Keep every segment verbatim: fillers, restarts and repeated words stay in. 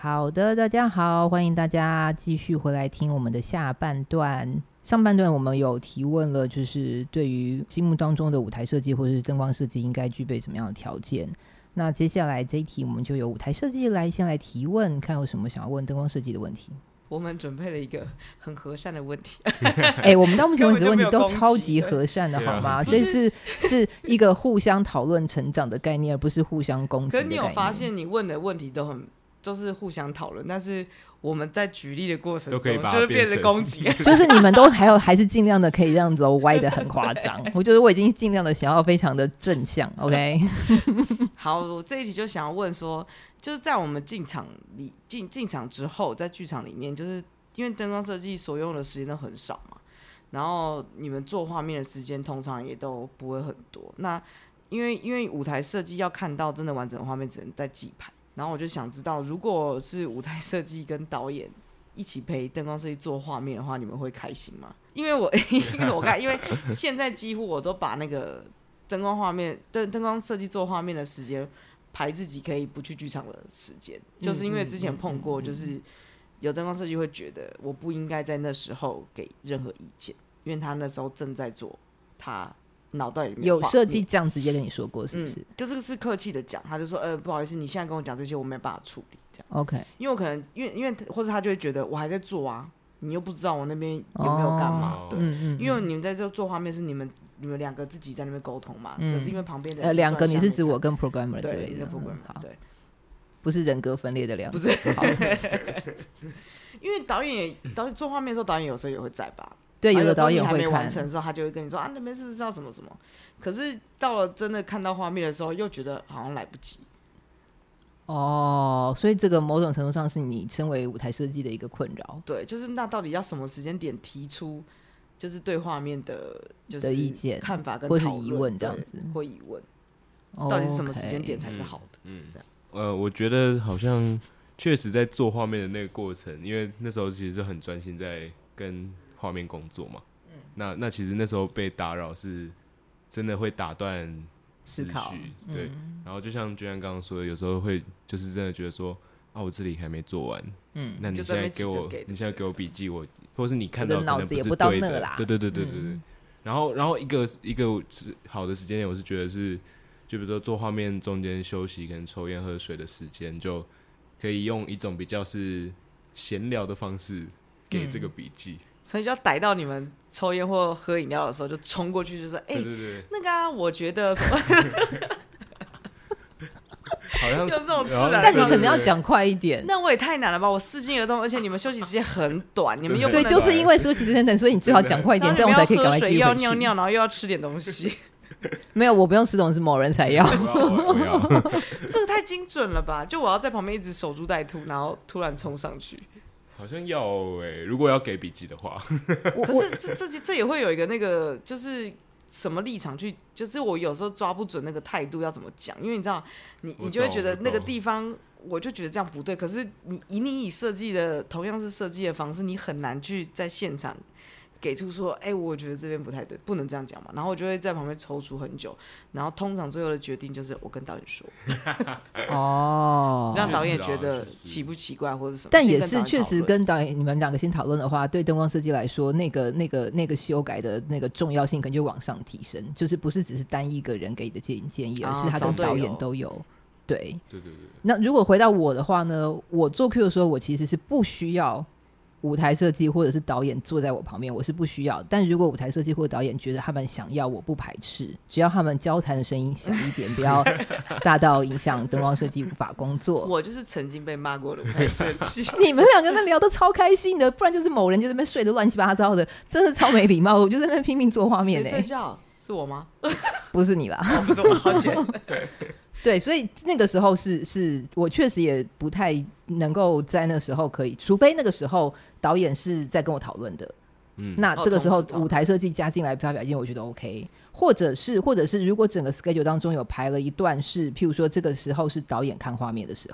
好的，大家好，欢迎大家继续回来听我们的下半段。上半段我们有提问了，就是对于心目当中的舞台设计或是灯光设计应该具备什么样的条件。那接下来这一题我们就由舞台设计来先来提问，看有什么想要问灯光设计的问题。 我们准备了一个很和善的问题哎、欸，我们到目前为止的问题都超级和善的好吗？这次是一个互相讨论成长的概念，而不是互相攻击的概念。 可是你有发现你问的问题都很都是互相讨论，但是我们在举例的过程中就是变成攻击， 就是你们都还有还是尽量的可以这样子歪的很夸张。我觉得我已经尽量的想要非常的正向 OK 好，我这一题就想要问说，就是在我们进场里进进场之后，在剧场里面，就是因为灯光设计所用的时间都很少嘛，然后你们做画面的时间通常也都不会很多。那因为因为舞台设计要看到真的完整的画面，只能在记牌。然后我就想知道，如果是舞台设计跟导演一起陪灯光设计做画面的话，你们会开心吗？因为我因为我看，因为现在几乎我都把那个灯光画面、灯灯光设计做画面的时间排自己可以不去剧场的时间，就是因为之前碰过，就是有灯光设计会觉得我不应该在那时候给任何意见，因为他那时候正在做他脑袋里面有设计这样直接跟你说过是不是？ 嗯、就是是客气的讲，他就说呃不好意思，你现在跟我讲这些我没办法处理这样。 OK， 因为我可能因为因为或者他就会觉得我还在做啊，你又不知道我那边有没有干嘛、哦、对、嗯嗯，因为你们在这做画面是你们你们两个自己在那边沟通嘛、嗯，可是因为旁边的呃两个你是指我跟 programmer 之类的， 对 programmer 对， 不是人格分裂的两个， 不是，因为导演也导演做画面的时候，导演有时候也会在吧。 对，有的导演会看， 还没完成的时候，他就会跟你说啊，那边是不是要什么什么？可是到了真的看到画面的时候，又觉得好像来不及。 哦，所以这个某种程度上是你身为舞台设计的一个困扰。 对，就是那到底要什么时间点提出，就是对画面的，就是意见、 看法跟或是疑问这样子， 或疑问，到底是什么时间点才是好的？ 嗯，这样。呃，我觉得好像确实在做画面的那个过程，因为那时候其实很专心在跟画面工作嘛，嗯、那那其实那时候被打扰是真的会打断思绪，对、嗯。然后就像娟娟刚刚说的，有时候会就是真的觉得说，啊，我这里还没做完，嗯，那你现在给我，你现在给我笔记，我或是你看到可能不是对的，对对对对对对。嗯、然后然后一个一个好的时间点，我是觉得是，就比如说做画面中间休息，可能抽烟喝水的时间，就可以用一种比较是闲聊的方式给这个笔记。嗯， 所以就要逮到你们抽烟或喝饮料的时候，就冲过去就说：“哎、欸， 对对对， 那个啊，我觉得什么？” 好像有这种自然， 但你可能要讲快一点。 那我也太难了吧！我四进而动，而且你们休息时间很短，你们又不对，就是因为休息时间短，所以你最好讲快一点，这样我才可以赶快继续回去。 要尿尿，然后又要吃点东西。 没有，我不用吃东西，某人才要。 我不要， 这个太精准了吧！就我要在旁边一直守株待兔，然后突然冲上去。 好像要哎、欸，如果要给笔记的话， 可是这这这也会有一个那个，就是什么立场去，就是我有时候抓不准那个态度要怎么讲，因为你知道，你你就会觉得那个地方，我就觉得这样不对。可是你以你以设计的同样是设计的方式，你很难去在现场给出说，哎、欸，我觉得这边不太对，不能这样讲嘛。然后我就会在旁边踌躇很久，然后通常最后的决定就是我跟导演说， 哦， 让导演觉得奇不奇怪或者什么。 但也是确实跟导演你们两个先讨论的话，对灯光设计来说，那个那个那个修改的那个重要性可能就往上提升，就是不是只是单一个人给的建建议，而是他跟导演都有。对对对对。 那如果回到我的话呢，我做 Q 的时候，我其实是不需要舞台设计或者是导演坐在我旁边，我是不需要。但如果舞台设计或导演觉得他们想要，我不排斥，只要他们交谈的声音小一点，不要大到影响灯光设计无法工作。 我就是曾经被骂过的舞台设计。 你们两个人聊得超开心的，不然就是某人就在那边睡得乱七八糟的，真的超没礼貌。我就在那边拼命做画面、欸。 谁睡觉？是我吗？ 不是你啦， 哦、不是我，好险。 对，所以那个时候是是我确实也不太能够在那个时候可以，除非那个时候导演是在跟我讨论的，嗯，那这个时候舞台设计加进来发表意见，我觉得 OK。或者是或者是如果整个 schedule 当中有排了一段是，譬如说这个时候是导演看画面的时候，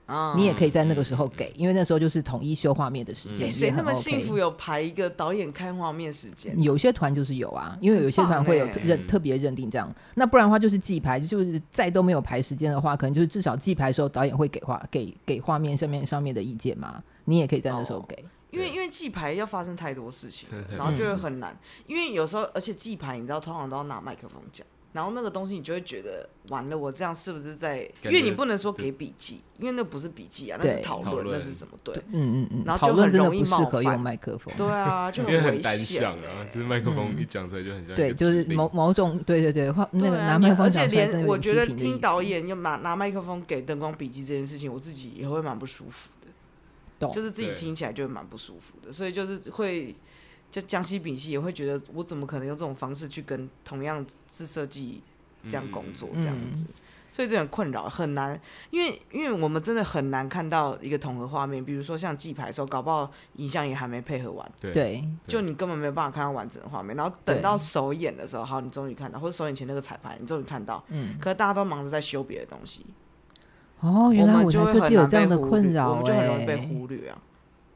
嗯、你也可以在那个时候给，因为那时候就是统一修画面的时间， 谁、 嗯、 那么幸福有排一个导演看画面时间？ 有些团就是有啊，因为有些团会有认、欸、特别认定这样，那不然的话就是记排，就是再都没有排时间的话，可能就是至少记排的时候导演会给画给给画面上面上面的意见嘛，你也可以在那时候给。哦， 因为因为记牌要发生太多事情，然后就会很难。嗯、因为有时候，而且记牌你知道，通常都要拿麦克风讲，然后那个东西你就会觉得完了，我这样是不是在？因为你不能说给笔记，因为那不是笔记啊，那是讨论，那是什么？对， 嗯嗯嗯。 然后就很容易冒犯， 讨论真的不适合用麦克风。 对啊，就很危险、欸。 啊，就是麦克风一讲出来就很像、嗯。 对，就是某某种，对对对，那个拿麦克风讲出来， 而且连我觉得听导演要拿拿麦克风给灯光笔记这件事情，我自己也会蛮不舒服。就是自己听起来就蛮不舒服的，所以就是会就江西丙烯也会觉得我怎么可能用这种方式去跟同样是设计这样工作这样子，嗯、所以这很困扰很难，因为因为我们真的很难看到一个统合画面，比如说像记牌的时候，搞不好影像也还没配合完， 对， 就你根本没有办法看到完整的画面，然后等到首演的时候，好，你终于看到，或者首演前那个彩排，你终于看到，嗯，可是大家都忙着在修别的东西。 哦，原来舞台设计有这样的困扰、欸， 我们就很容易被忽略啊。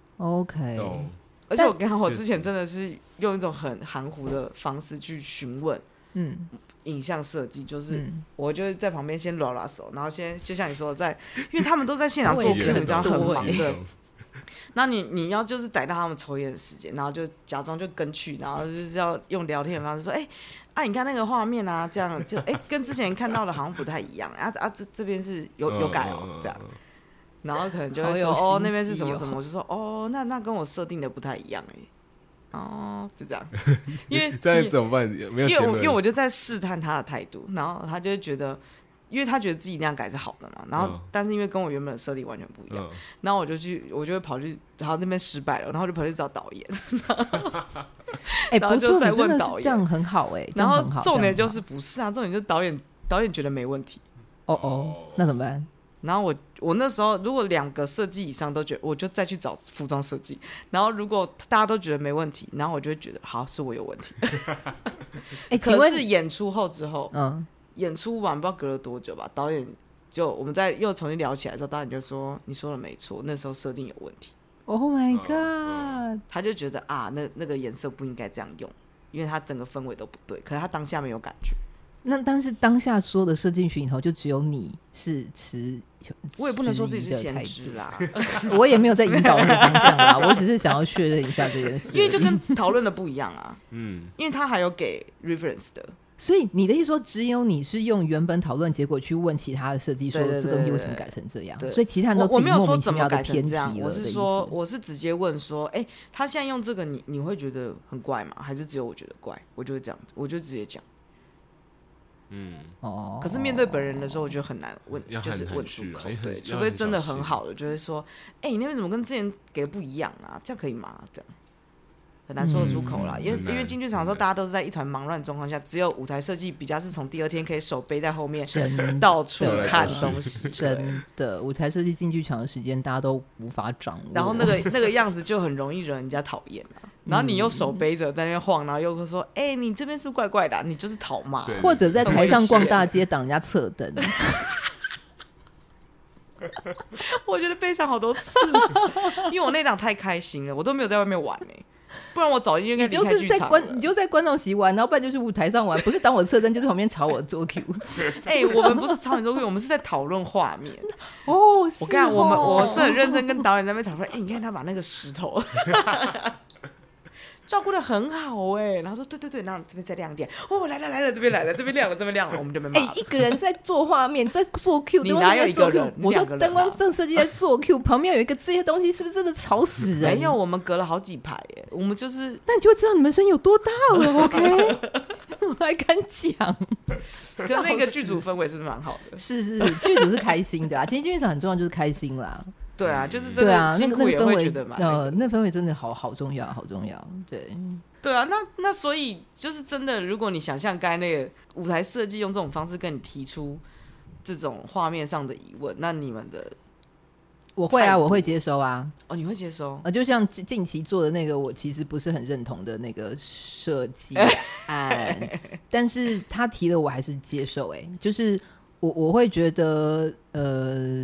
OK， 而且我跟你讲，我之前真的是用一种很含糊的方式去询问，嗯，影像设计，就是我就在旁边先拉拉手，然后先就像你说的在，因为他们都在现场做 Q， 你知道很忙的。那你你要就是逮到他们抽烟的时间，然后就假装就跟去，然后就是要用聊天的方式说，哎、欸，啊，你看那个画面啊，这样就哎、欸，跟之前看到的好像不太一样啊啊，这这边是有有改哦，这样，然后可能就会说哦，那边是什么什么，我就说哦，那那跟我设定的不太一样哎、欸，哦，就这样，因为这样怎么办？没有结论， 因为因为我就在试探他的态度，然后他就会觉得。因为他觉得自己那样改是好的嘛，然后、嗯、但是因为跟我原本的设定完全不一样，嗯、然后我就去，我就会跑去，然后那边失败了，然后就跑去找导演， 哎、欸， 然后就再问导演， 这样很好哎、欸， 然后重点就是不是啊，重点就是导演导演觉得没问题， 哦哦，那怎么办？ 然后我我那时候如果两个设计以上都觉得，我就再去找服装设计，然后如果大家都觉得没问题，然后我就会觉得好是我有问题，哎、欸，可是演出后之后，嗯。演出完不知道隔了多久吧，导演就我们在又重新聊起来的时候，导演就说：“你说的没错，那时候设定有问题。” Oh my god！ 他就觉得啊，那那个颜色不应该这样用，因为他整个氛围都不对。可是他当下没有感觉。 那但是当下说的设计群头就只有你是持， 我也不能说自己是先知啦， 我也没有在引导那个方向啦，我只是想要确认一下这件事， 因为就跟讨论的不一样啊。嗯，因为他还有给 reference 的。 所以你的意思说，只有你是用原本讨论结果去问其他的设计，说这东西为什么改成这样？所以其他人都自己莫名其妙的偏题了。 我是说，我是直接问说，哎、欸，他现在用这个你，你你会觉得很怪吗？还是只有我觉得怪？我就会这样，我就直接讲。嗯，哦。可是面对本人的时候，我觉得很难问，就是问出口。对，除非真的很好的，就会说，哎、欸，你那边怎么跟之前给的不一样啊？这样可以吗？这样。很难说得出口啦，嗯、因为因为进剧场的时候，大家都是在一团忙乱状况下，只有舞台设计比较是从第二天可以手背在后面到处看东西。 真的，舞台设计进剧场的时间大家都无法掌握， 然后那个那个样子就很容易惹人家讨厌啊。然后你又手背着在那边晃，然后又会说：“哎、欸，你这边是不是怪怪的、啊？你就是讨骂。” 或者在台上逛大街挡人家侧灯。 我觉得背上好多次，因为我那档太开心了，我都没有在外面玩呢、欸。不然我早就应该离开剧场了。 你就在观众席玩，然后不然就是舞台上玩，不是挡我侧灯，就是旁边朝我做 Q。 哎、欸，我们不是朝你做 Q， 我们是在讨论画面。 哦， 我看、哦、我们我是很认真跟导演在那边讨论。哎、欸，你看他把那个石头照顾得很好哎、欸，然后说对对对，然后这边再亮点，哦来了来了，这边来了，这边亮了，这边亮了，我们就没骂。 哎、欸，一个人在做画面，在做 Q， 你哪有一个人？ 我说灯光正设计在做 Q， 旁边有一个这些东西，是不是真的吵死人？ 没有，我们隔了好几排耶，我们就是， 那你就会知道你们声音有多大了。OK， 我还敢讲， 就那个剧组氛围是不是蛮好的？ 是是，剧组是开心的啊。其实剧场很重要，就是开心啦。 对啊，就是真的辛苦也会觉得蛮、那個、 呃，那氛围真的好好重要，好重要。对， 对啊，那那所以就是真的，如果你想象刚才那个舞台设计用这种方式跟你提出这种画面上的疑问，那你们的我会啊，我会接收啊。 哦，你会接收？ 呃，就像近期做的那个，我其实不是很认同的那个设计案，但是他提了，我还是接受、欸。哎，就是我我会觉得，呃。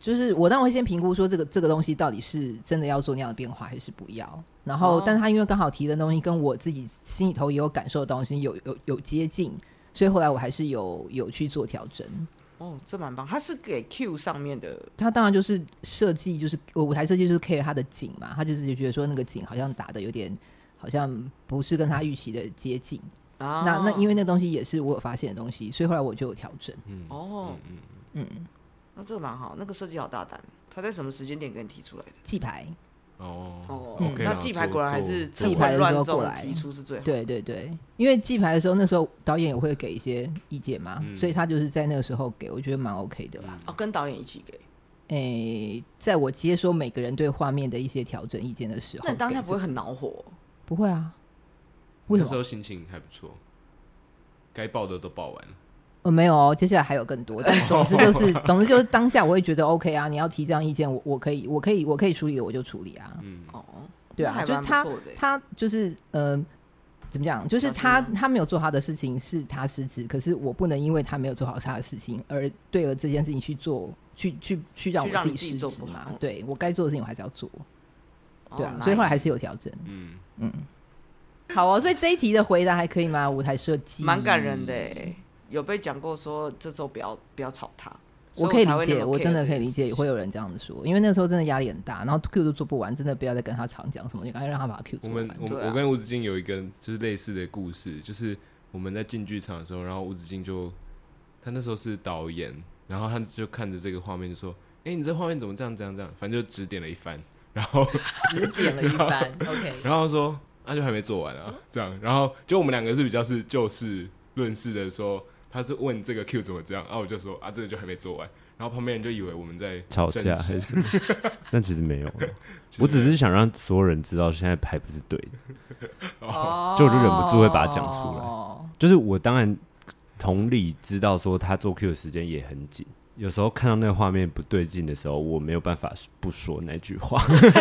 就是我当然会先评估说这个这个东西到底是真的要做那样的变化还是不要，然后、哦、但是他因为刚好提的东西跟我自己心里头也有感受的东西有有有接近，所以后来我还是有有去做调整。 哦，这蛮棒。他是给 Q 上面的， 他当然就是设计，就是舞台设计就是 care 他的景嘛，他就是觉得说那个景好像打的有点好像不是跟他预期的接近。哦、那那因为那东西也是我有发现的东西，所以后来我就有调整。 嗯、哦，嗯嗯嗯，那这个蛮好，那个设计好大胆。他在什么时间点跟你提出来的？ 记牌。 哦哦、嗯 okay 那记牌果然还是记牌的时候过来提出是最好。 对对对，因为记牌的时候，那时候导演也会给一些意见嘛，嗯、所以他就是在那个时候给，我觉得蛮 OK 的啦。 哦，跟导演一起给。 诶，在我接收每个人对画面的一些调整意见的时候， 那你当下不会很恼火？ 不会啊，为什么？ 那时候心情还不错，该报的都报完了。 呃，没有哦，接下来还有更多，但总之就是，总之就是当下我会觉得 OK 啊，你要提这样意见，我我可以，我可以，我可以处理的我就处理啊。嗯，哦，对啊，就是他他就是呃，怎么讲？就是他他没有做他的事情是他失职，可是我不能因为他没有做好他的事情而对了这件事情去做，去去去让我自己失职嘛。对，我该做的事情我还是要做。对啊，所以后来还是有调整。嗯嗯，好哦，所以这一题的回答还可以吗？舞台设计蛮感人的耶。有被讲过说这周不要不要吵他， 我可以理解，我真的可以理解，也会有人这样子说，因为那时候真的压力很大，然后 Q 都做不完，真的不要再跟他常讲什么，就赶快让他把 Q 做完。 我们我、啊、我跟吴子敬有一个就是类似的故事，就是我们在进剧场的时候，然后吴子敬就他那时候是导演，然后他就看着这个画面就说：“哎、欸，你这画面怎么这样这样这样？”反正就指点了一番，然后指点了一番，OK， 然后说那、啊、就还没做完啊，这样，然后就我们两个是比较是就事论事的说。他是问这个 Q 怎么这样，然、啊、后我就说啊，这个就还没做完，然后旁边人就以为我们在吵架还是什么，但其实没有，我只是想让所有人知道现在牌不是对的，哦、就我就忍不住会把它讲出来。哦、就是我当然同理知道说他做 Q 的时间也很紧，有时候看到那个画面不对劲的时候，我没有办法不说那句话。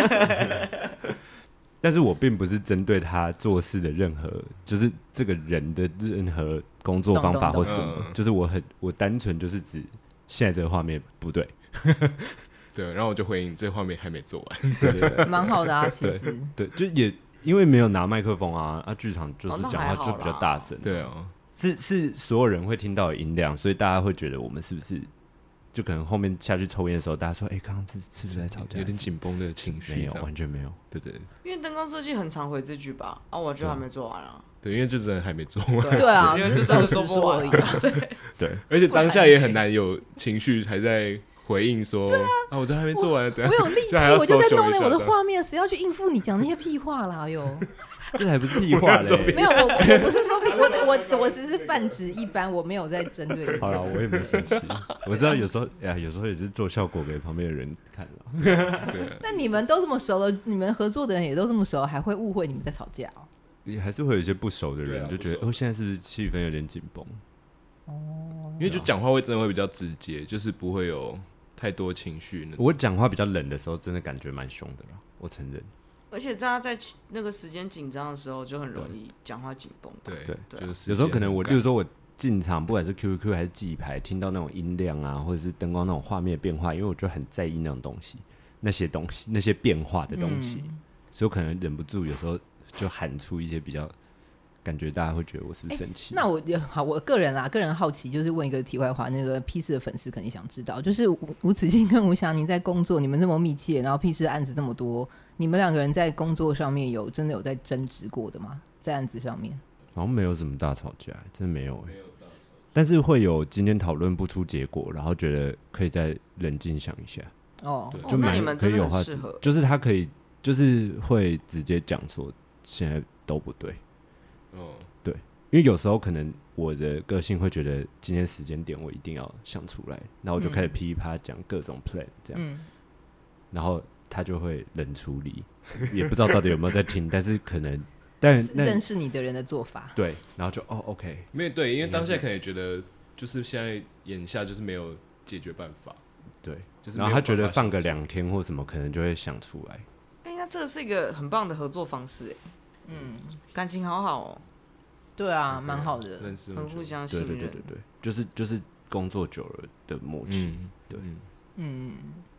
但是我并不是针对他做事的任何，就是这个人的任何工作方法或什么，嗯、就是我很我单纯就是指现在这个画面不对， 对，然后我就回应这个画面还没做完， 对对对，蛮好的啊，其实对，对，就也因为没有拿麦克风啊，啊，剧场就是讲话就比较大声， 哦、对啊， 是是所有人会听到的音量，所以大家会觉得我们是不是？就可能后面下去抽烟的时候，大家说：“哎、欸，刚刚是是不是在吵架？ 有点紧绷的情绪。” 没有，完全没有。 对对， 因为灯光设计很常回这句吧，啊，我就还没做完啊。 对，因为这真的还没做完。 对啊， 因为这真的说不完而已、啊。对对， 而且当下也很难有情绪，还在回应说：“啊, 啊，我这还没做完，怎样？” 我有力气，我就在弄了我的画面，谁要去应付你讲那些屁话啦？哟。 这还不是屁话嘞！ 没有，我我不是说屁，我我我只是泛指一般，我没有在针对你。 好了，我也没有生气。我知道有时候，哎呀，有时候也是做效果给旁边的人看了。 对。 但你们都这么熟了，你们合作的人也都这么熟，还会误会你们在吵架哦？ 也还是会有一些不熟的人，就觉得哦，现在是不是气氛有点紧绷？ 哦，因为就讲话会真的会比较直接，就是不会有太多情绪。 我讲话比较冷的时候，真的感觉蛮凶的啦，我承认。 而且大家在那个时间紧张的时候，就很容易讲话紧绷。 对对对， 有时候可能我，例如说我进场，不管是 Q Q Q 还是记牌，听到那种音量啊，或者是灯光那种画面变化，因为我就很在意那种东西，那些东西，那些变化的东西，嗯、所以我可能忍不住，有时候就喊出一些比较。感觉大家会觉得我是不是生气、欸？ 那我好，我个人啊，个人好奇，就是问一个题外话，那个 P 四的粉丝肯定想知道，就是吴子敬跟吴翔，你在工作，你们这么密切，然后 P 四的案子这么多，你们两个人在工作上面有真的有在争执过的吗？在案子上面， 好像没有什么大吵架，真的没有、欸，没有大吵架，但是会有今天讨论不出结果，然后觉得可以再冷静想一下。 哦， 对，就蛮可以有话，就是他可以，就是会直接讲说现在都不对。 哦， 对，因为有时候可能我的个性会觉得今天时间点我一定要想出来，然后我就开始噼里啪啦讲各种 plan 这样、嗯，然后他就会冷处理，也不知道到底有没有在听，但是可能但认识你的人的做法， 对，然后就哦 OK， 没有对，因为当下可能也觉得就是现在眼下就是没有解决办法， 对， 就是然后他觉得放个两天或什么，可能就会想出来。 哎、欸，那这个是一个很棒的合作方式哎。嗯，感情好好哦。 对啊，蛮好的， 很互相信任。 对对对对对，就是就是工作久了的默契。嗯、对， 嗯，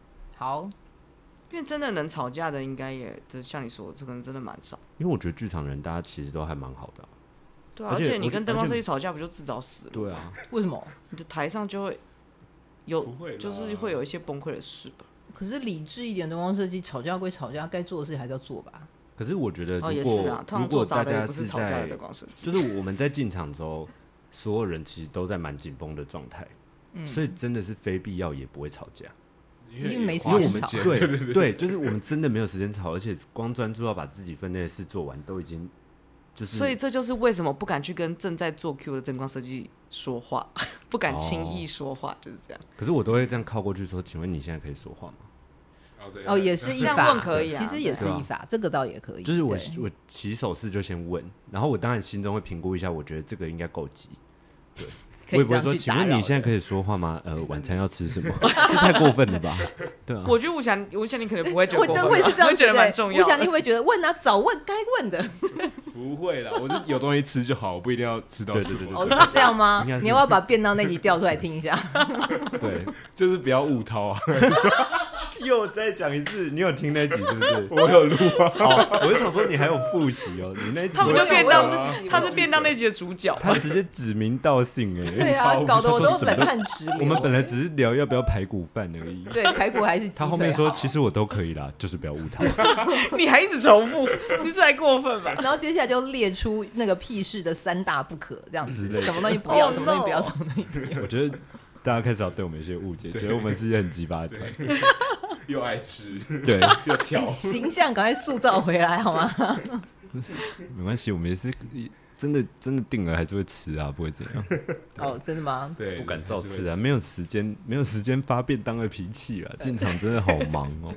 好， 因为真的能吵架的，应该也就像你说的，这可能真的蛮少。 因为我觉得剧场人大家其实都还蛮好的、啊。 对啊，而且你跟灯光设计吵架，不就自找死了？ 对啊， 为什么？ 你的台上就会有，就是会有一些崩溃的事吧。 可是理智一点，灯光设计吵架归吵架，该做的事还是要做吧。 可是我觉得如果， 哦也是啊， 如果大家是吵架的灯光设计， 就是我们在进场之后，所有人其实都在蛮紧绷的状态、嗯，所以真的是非必要也不会吵架。 因为没时间吵， 对对对，就是我们真的没有时间吵，而且光专注要把自己分内的事做完，都已经就是。 所以这就是为什么不敢去跟正在做 Q 的灯光设计说话，不敢轻易说话，哦、就是这样。 可是我都会这样靠过去说：“请问你现在可以说话吗？” 哦，也是依法， 这样问可以啊， 其实也是依法，啊、这个倒也可以。 就是我我起手势就先问，然后我当然心中会评估一下，我觉得这个应该够急，对。我也不会说，请问你现在可以说话吗？呃，晚餐要吃什么？这太过分了吧？对啊。 我觉得吴翔，吴翔你可能不会觉得过分， 会是这样， 会觉得蛮重要的。 吴翔你会不会觉得问啊，早问该问的？ 不会啦，我是有东西吃就好，我不一定要吃到什么。 哦，是这样吗？你要不要把便当那集调出来听一下？ 对，就是不要误掏啊。 又再讲一次，你有听那集是不是？ 我有录啊。 哦，我就想说你还有复习哦，你那集他们就便当，他是便当那集的主角， 他直接指名道姓哎。 对啊，搞得我都冷汗直流。 我们本来只是聊要不要排骨饭而已。 对，排骨还是他后面说其实我都可以啦，就是不要误掏。 你还一直重复，你是太过分吧？ 然后接下来就列出那个屁事的三大不可，这样子，什么东西不要， 什么东西不要，什么东西不要。 我觉得大家开始要对我们有些误解，觉得我们是一个很鸡巴的团， 又爱吃， 对， 又挑， 形象赶快塑造回来好吗？ 没关系，我们也是真的真的定了还是会吃啊，不会这样。 哦，真的吗？ 对， 不敢造次啊，没有时间，没有时间发便当的脾气啊，进场真的好忙哦。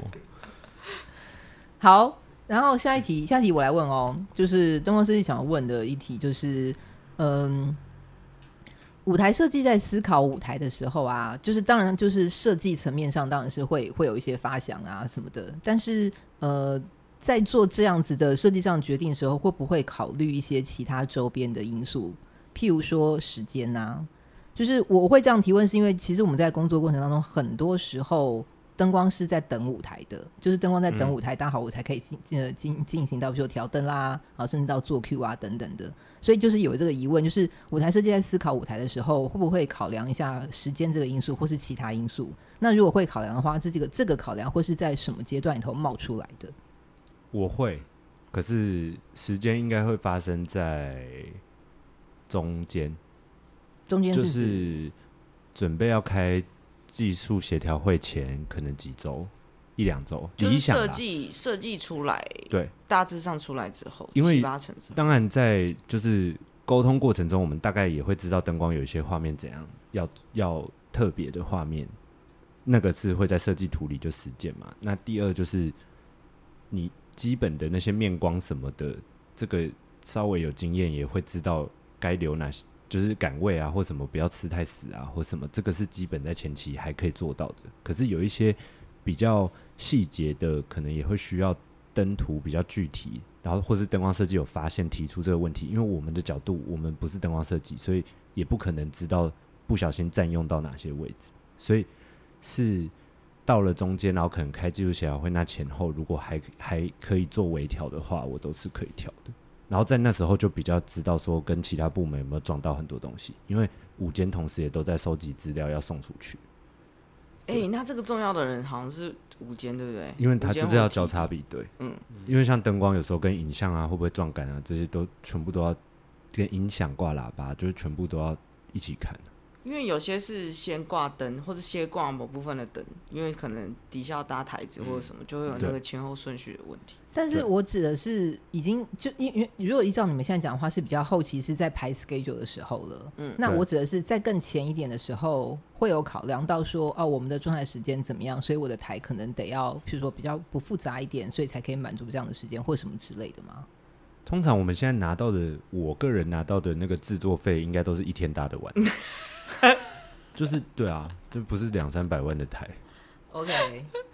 好，然后下一题，下一题我来问哦，就是灯光设计想要问的一题就是，嗯。舞台设计在思考舞台的时候啊，就是当然就是设计层面上当然是会会有一些发想啊什么的，但是呃在做这样子的设计上决定的时候，会不会考虑一些其他周边的因素，譬如说时间啊？就是我会这样提问，是因为其实我们在工作过程当中，很多时候灯光是在等舞台的，就是灯光在等舞台搭好，我才可以进呃进进行到比如说调灯啦，然后甚至到做 Q 啊等等的。所以就是有这个疑问，就是舞台设计在思考舞台的时候，会不会考量一下时间这个因素，或是其他因素？那如果会考量的话，这个这个考量会是在什么阶段里头冒出来的？ 我会，可是时间应该会发生在中间， 中间是就是准备要开技术协调会前，可能几周。一两周， 就是设计设计出来， 对， 大致上出来之后， 因为七八成之后， 当然在就是沟通过程中，我们大概也会知道灯光有一些画面怎样，要要特别的画面，那个是会在设计图里就实践嘛。那第二就是你基本的那些面光什么的，这个稍微有经验也会知道该留哪些，就是杆位啊或什么不要吃太死啊或什么，这个是基本在前期还可以做到的。可是有一些比较细节的可能也会需要灯图比较具体，然后或是灯光设计有发现提出这个问题，因为我们的角度我们不是灯光设计，所以也不可能知道不小心占用到哪些位置，所以是到了中间，然后可能开技术协调会那前后如果还还可以做微调的话，我都是可以调的。然后在那时候就比较知道说跟其他部门有没有撞到很多东西，因为午间同时也都在收集资料要送出去。 哎、欸，那这个重要的人好像是午间，对不对？ 因为他就是要交叉比对， 嗯， 因为像灯光有时候跟影像啊，会不会撞杆啊，这些都全部都要跟音响挂喇叭，就是全部都要一起看。 因为有些是先挂灯，或是先挂某部分的灯，因为可能底下要搭台子或者什么，就会有那个前后顺序的问题。 但是我指的是已经就因为如果依照你们现在讲的话，是比较后期是在排 schedule 的时候了。嗯，那我指的是在更前一点的时候，会有考量到说，哦，我们的状态时间怎么样，所以我的台可能得要，譬如说比较不复杂一点，所以才可以满足这样的时间或什么之类的吗？ 通常我们现在拿到的，我个人拿到的那个制作费，应该都是一天搭得完。就是对啊，就不是两三百万的台。 OK，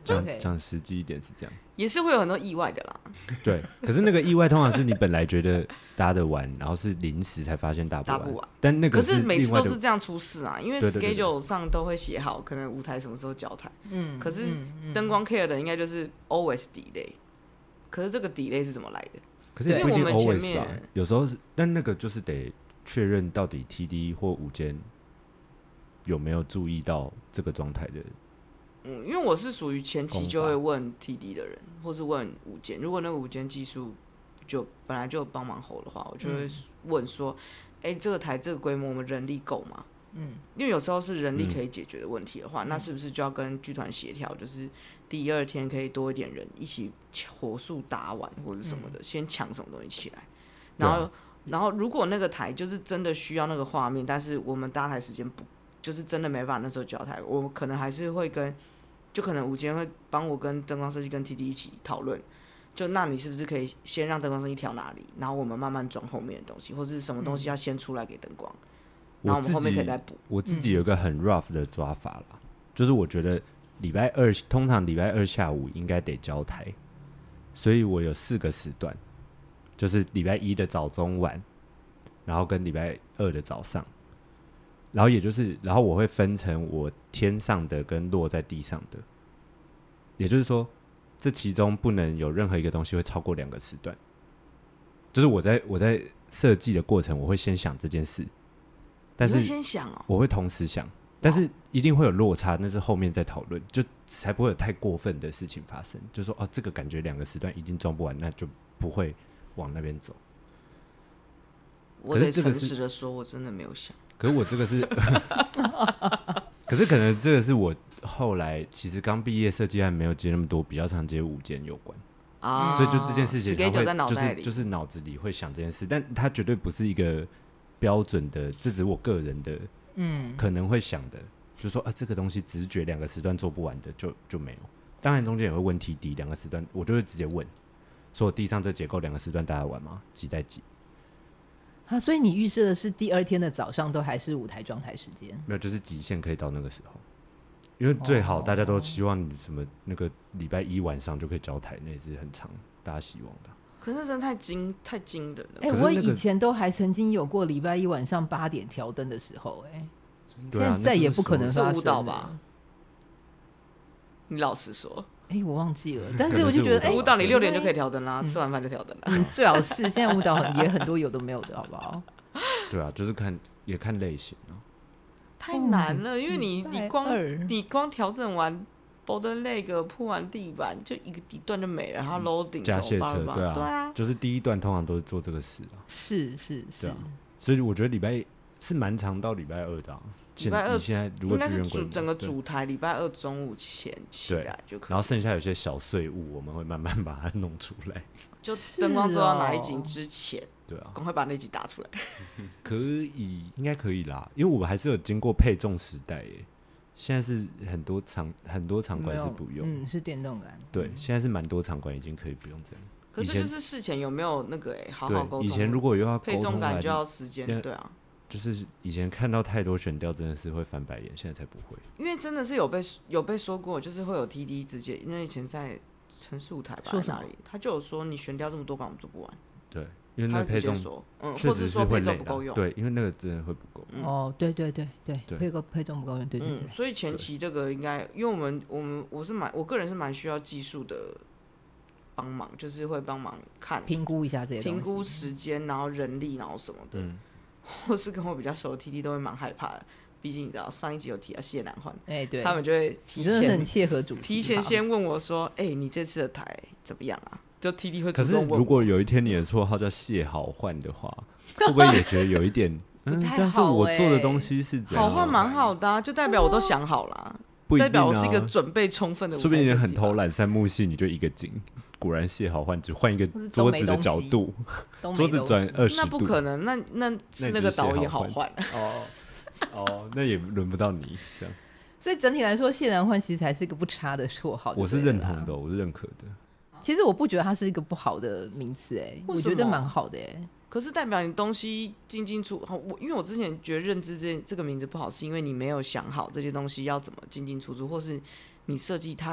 讲讲实际一点是这样， 也是会有很多意外的啦。 对，可是那个意外通常是你本来觉得搭得完，然后是临时才发现搭不完。 搭不完， 但那个可是每次都是这样出事啊，因为对对对对 schedule 上都会写好，可能舞台什么时候交台。 嗯， 可是嗯灯光 care 的应该就是 always delay。可是这个 delay 是怎么来的？ 可是也不一定因为我们前 always 面吧，有时候是，但那个就是得确认到底 T D 或舞监有没有注意到这个状态的。 嗯，因为我是属于前期就会问 T D 的人，或是问舞监。如果那个舞监技术就本来就帮忙吼的话，我就会问说：“哎、嗯欸，这个台这个规模，我们人力够吗？”嗯，因为有时候是人力可以解决的问题的话，嗯、那是不是就要跟剧团协调，就是第一二天可以多一点人一起火速打完或者什么的，嗯、先抢什么东西起来，然后、啊、然后如果那个台就是真的需要那个画面，但是我们搭台时间不就是真的没办法那时候交台，我们可能还是会跟就可能舞监会帮我跟灯光设计跟 T D 一起讨论。就那你是不是可以先让灯光设计调哪里，然后我们慢慢装后面的东西，或是什么东西要先出来给灯光，嗯、然后我们后面可以再补。 我自己有一个很 rough 的抓法啦，嗯、就是我觉得礼拜二通常礼拜二下午应该得交台，所以我有四个时段，就是礼拜一的早中晚，然后跟礼拜二的早上，然后也就是然后我会分成我天上的跟落在地上的，也就是说。这其中不能有任何一个东西会超过两个时段，就是我在我在设计的过程，我会先想这件事，但是你会先想哦， 我会同时想，但是一定会有落差，那是后面再讨论，就才不会有太过分的事情发生。就说哦，这个感觉两个时段一定装不完，那就不会往那边走。 我得诚实的说，我真的没有想。 可是我这个是，可是可能这个是我。后来其实刚毕业，设计案没有接那么多，比较常接舞监有关啊，所以就这件事情他会就是就是脑子里会想这件事，但它绝对不是一个标准的，这只是我个人的，嗯，可能会想的，就是说啊，这个东西直觉两个时段做不完的就就没有。当然中间也会问 T D 两个时段，我就会直接问，说我地上这结构两个时段大家玩吗？几带几？ 啊，所以你预设的是第二天的早上都还是舞台装台时间？ 没有，就是极限可以到那个时候。因为最好大家都希望你什么那个礼拜一晚上就可以交台，那也是很长大家希望的。 可是那真的太惊太惊人了。 哎、欸，我以前都还曾经有过礼拜一晚上八点调灯的时候、欸，哎、 对啊， 现在再也不可能发生了。 是舞蹈吧？你老实说， 哎、欸，我忘记了，但是我就觉得，哎、欸， 舞蹈你六点就可以调灯啦，嗯、吃完饭就调灯啦。 嗯，最好是现在舞蹈也很多有的没有的，好不好？ 对啊，就是看也看类型啊。 太难了，因为你你光你光调整完 border leg 铺完地板，就一个一段就没了，然后 loading 加卸车，对啊， 对啊， 就是第一段通常都是做这个事啊。 是是是， 啊，所以我觉得礼拜是蛮长到礼拜二的，啊。 礼拜二现在如果应该是主整个主台礼拜二中午前起来就可以， 然后剩下有些小碎物，我们会慢慢把它弄出来。 就灯光做到哪一景之前， 对啊， 赶快把那集打出来。 可以，应该可以啦，因为我们还是有经过配重时代耶。现在是很多场很多场馆是不用， 嗯，是电动感。 对，现在是蛮多场馆已经可以不用这样。 可是就是事前有没有那个哎，好好沟通？ 以前如果又要配重感就要时间，对啊。 就是以前看到太多悬吊真的是会翻白眼，现在才不会。 因为真的是有被有被说过，就是会有 T D 直接，因为以前在城市舞台吧，哪里他就有说你悬吊这么多，干我们做不完。 对，因为那个配重， 嗯， 确实是会累不够用。 对，因为那个真的会不够。 嗯、哦，对对对对，配个配重不够用，对对对、 嗯。所以前期这个应该，因为我们我们我是蛮我个人是蛮需要技术的帮忙，就是会帮忙看评估一下这些评估时间，然后人力，然后什么的。嗯，或是跟我比较熟的 T D 都会蛮害怕的，毕竟你知道上一集有提到谢南焕，哎、 欸，对， 他们就会提前很切合主题， 提前先问我说，哎、欸，你这次的台怎么样啊？就 T D 会主动问我。 可是如果有一天你的绰号叫谢好焕的话，会不会也觉得有一点嗯， 不太好、欸？ 但是我做的东西是怎样？ 好焕蛮好的、啊，就代表我都想好了， 不一定啊、 代表我是一个准备充分的舞台设计吧。 说不定你很偷懒，三幕戏你就一个景。果然谢好焕只换一个桌子的角度，桌子转二十度， 那不可能，那那是那个导演好换哦哦，那也轮不到你这样。 所以整体来说，谢南焕其实还是一个不差的绰号。 我是认同的，我是认可的。 其实我不觉得它是一个不好的名词，哎，我觉得蛮好的，哎。 可是代表你东西进进出，我因为我之前觉得认知这这个名字不好，是因为你没有想好这些东西要怎么进进出出，或是你设计太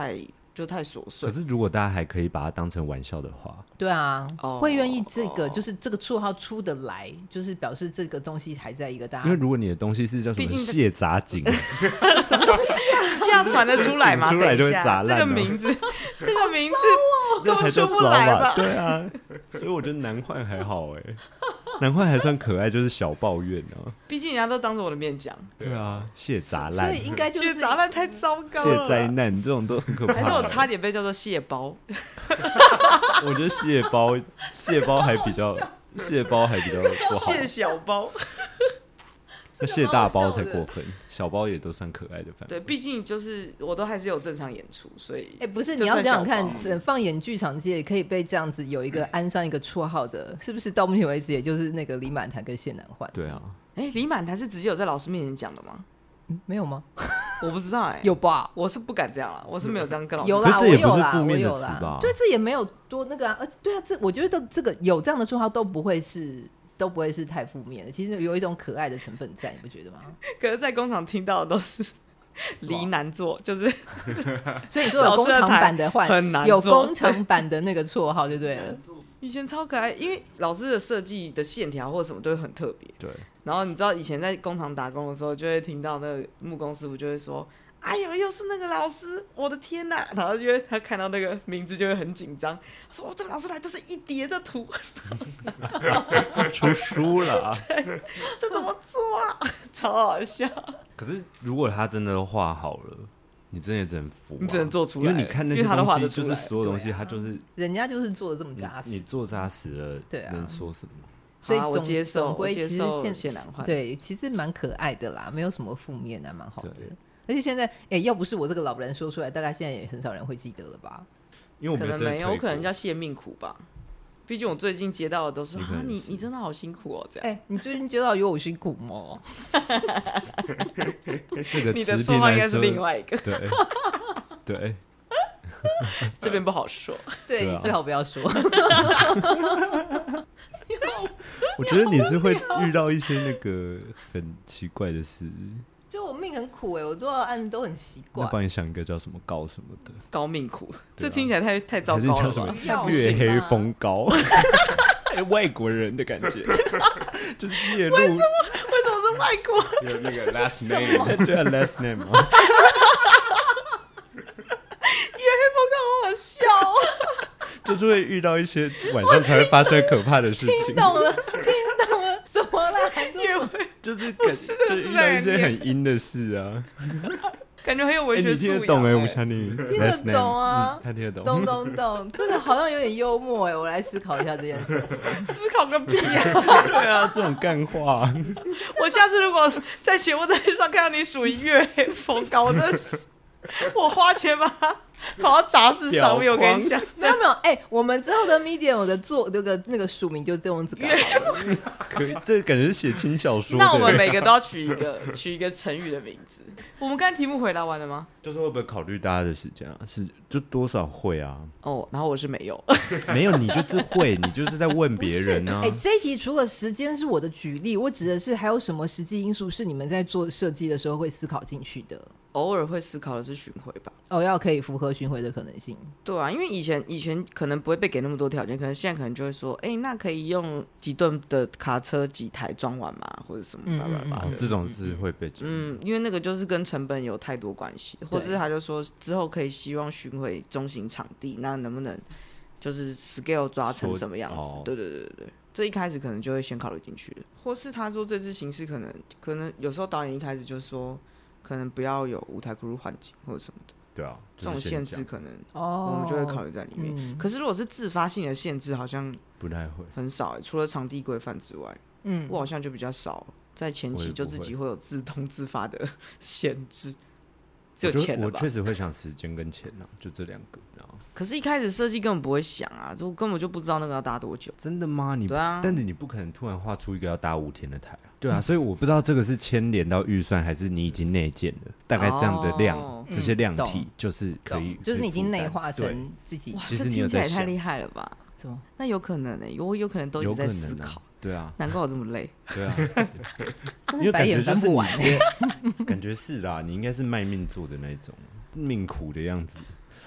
就太琐碎。 可是如果大家还可以把它当成玩笑的话， 对啊， 哦会愿意这个、哦、就是这个绰号出得来，就是表示这个东西还在一个大家。 因为如果你的东西是叫什么谢杂景， 什么东西啊？这样传得出来吗？ 出来就会砸烂、 这个名字，这个名字这才叫出来吧？ 对啊，所以我觉得南幻还好哎、欸，南幻还算可爱，就是小抱怨啊。 毕竟人家都当着我的面讲。 对啊，谢砸烂， 所以应该就是谢砸烂太糟糕了。 谢灾难这种都很可怕、欸。 还是我差点被叫做蟹包。 我觉得蟹包，蟹包还比较，蟹包还比较不好。 蟹小包。 那蟹大包才过分，小包也都算可爱的范围。 对，毕竟就是我都还是有正常演出，所以哎、欸，不是你要想想看，整放眼剧场界可以被这样子有一个安上一个绰号的，是不是到目前为止也就是那个李满潭跟谢南焕？ 对啊， 哎、欸，李满潭是直接有在老师面前讲的吗？ 嗯，没有吗？ 我不知道哎、欸， 有吧？ 我是不敢这样啦，我是没有这样跟老师。 有啦， 这也不是负面的词吧？ 对，这也没有多那个啊。呃，对啊，这我觉得这个有这样的绰号都不会是。都不会是太负面的，其实有一种可爱的成分在，你不觉得吗？ 可是，在工厂听到的都是离难做，就是所以你说有工厂版的换， 很难有工厂版的那个绰号就对了。 以前超可爱，因为老师的设计的线条或什么都会很特别。 对。 然后你知道以前在工厂打工的时候，就会听到那个木工师傅就会说：“哎呦，又是那个老师，我的天哪！”然后因为他看到那个名字就会很紧张，他说：“哦，这个老师来的是一叠的图， 出书了啊！ 这怎么做啊？超好笑。” 可是如果他真的画好了，你真的只能服、啊， 你只能做出来， 因为你看那些东西，就是所有东西，他就是、 啊、人家就是做的这么扎实， 你, 你做扎实了，对啊，能说什么？ 所以总、啊、我接受， 总归其实现谢南焕对，其实蛮可爱的啦，没有什么负面啊，蛮好的。而且现在，哎、欸，要不是我这个老人说出来，大概现在也很少人会记得了吧？ 因为我可能没有，我可能叫谢命苦吧。毕竟我最近接到的都是啊，你你真的好辛苦哦，这样。 哎、欸，你最近接到有我辛苦吗？ 这个你的绰号应该是另外一个， 对对， 这边不好说， 对, 对、啊、你最好不要说。 我觉得你是会遇到一些那个很奇怪的事。 就我命很苦哎、欸，我做的案子都很奇怪。 那帮你想一个叫什么高什么的， 高命苦，这听起来太太糟糕了吧？ 还是叫什么月黑风高？外国人的感觉，就是夜路。 为什么？为什么是外国？ 有那个 last name， 对啊 ，last name 吗？ 月黑风高好好笑哦。 就是会遇到一些晚上才会发生可怕的事情。 听懂了，听懂了，怎么啦？ 约会就是感就是遇到一些很阴的事啊， 感觉很有文学素养、欸。 欸、你听得懂哎、欸，吴强宁听得懂啊、 嗯，他听得懂， 懂懂懂，这个好像有点幽默哎、欸，我来思考一下这件事情。 思考个屁啊！ 对啊，这种干话。 我下次如果在节目台上看到你属于月黑风高，我真的是我花钱把它跑到杂志上面，我跟你讲， 没有没有，哎、欸，我们之后的 Medium 我的做那个那个署名就用这个好了， 可以，这个感觉是写轻小说。 那我们每个都要取一个取一个成语的名字。我们刚才题目回答完了吗？ 就是会不会考虑大家的时间啊？是，就多少会啊。 哦，然后我是没有， 没有，你就是会，你就是在问别人啊。 哎、欸，这一题除了时间是我的举例，我指的是还有什么实际因素是你们在做设计的时候会思考进去的？ 偶尔会思考的是巡回吧， 哦，要可以符合巡回的可能性。 对啊，因为以前以前可能不会被给那么多条件，可能现在可能就会说，哎、欸，那可以用几吨的卡车几台装完吗？或者什么叭叭叭的、 哦，这种是会被讲。 嗯，因为那个就是跟成本有太多关系，或是他就说之后可以希望巡回中型场地，那能不能就是 scale 抓成什么样子？哦、对对对对对，这一开始可能就会先考虑进去了，或是他说这支形式可能可能有时候导演一开始就说。可能不要有舞台 crew 环境或者什么的， 对啊， 这种限制可能我们就会考虑在里面。 哦嗯、 可是如果是自发性的限制，好像不太会， 很少、欸。除了场地规范之外，嗯，我好像就比较少，在前期就自己会有自动自发的限制。只有钱了吧？ 我确实会想时间跟钱啊，就这两个。 可是，一开始设计根本不会想啊，就根本就不知道那个要搭多久。 真的吗？你对啊， 但是你不可能突然画出一个要搭五天的台啊。对啊，所以我不知道这个是牵连到预算，还是你已经内建了，大概这样的量， 哦、 这些量体就是可以， 就是你已经内化成自己。 其实你有在想，听起来太厉害了吧？ 什么？ 那有可能呢、欸？我有可能都一直在思考。 对啊， 难怪我这么累。 对啊，因为感觉就是你感觉是啦，你应该是卖命做的那种，命苦的样子。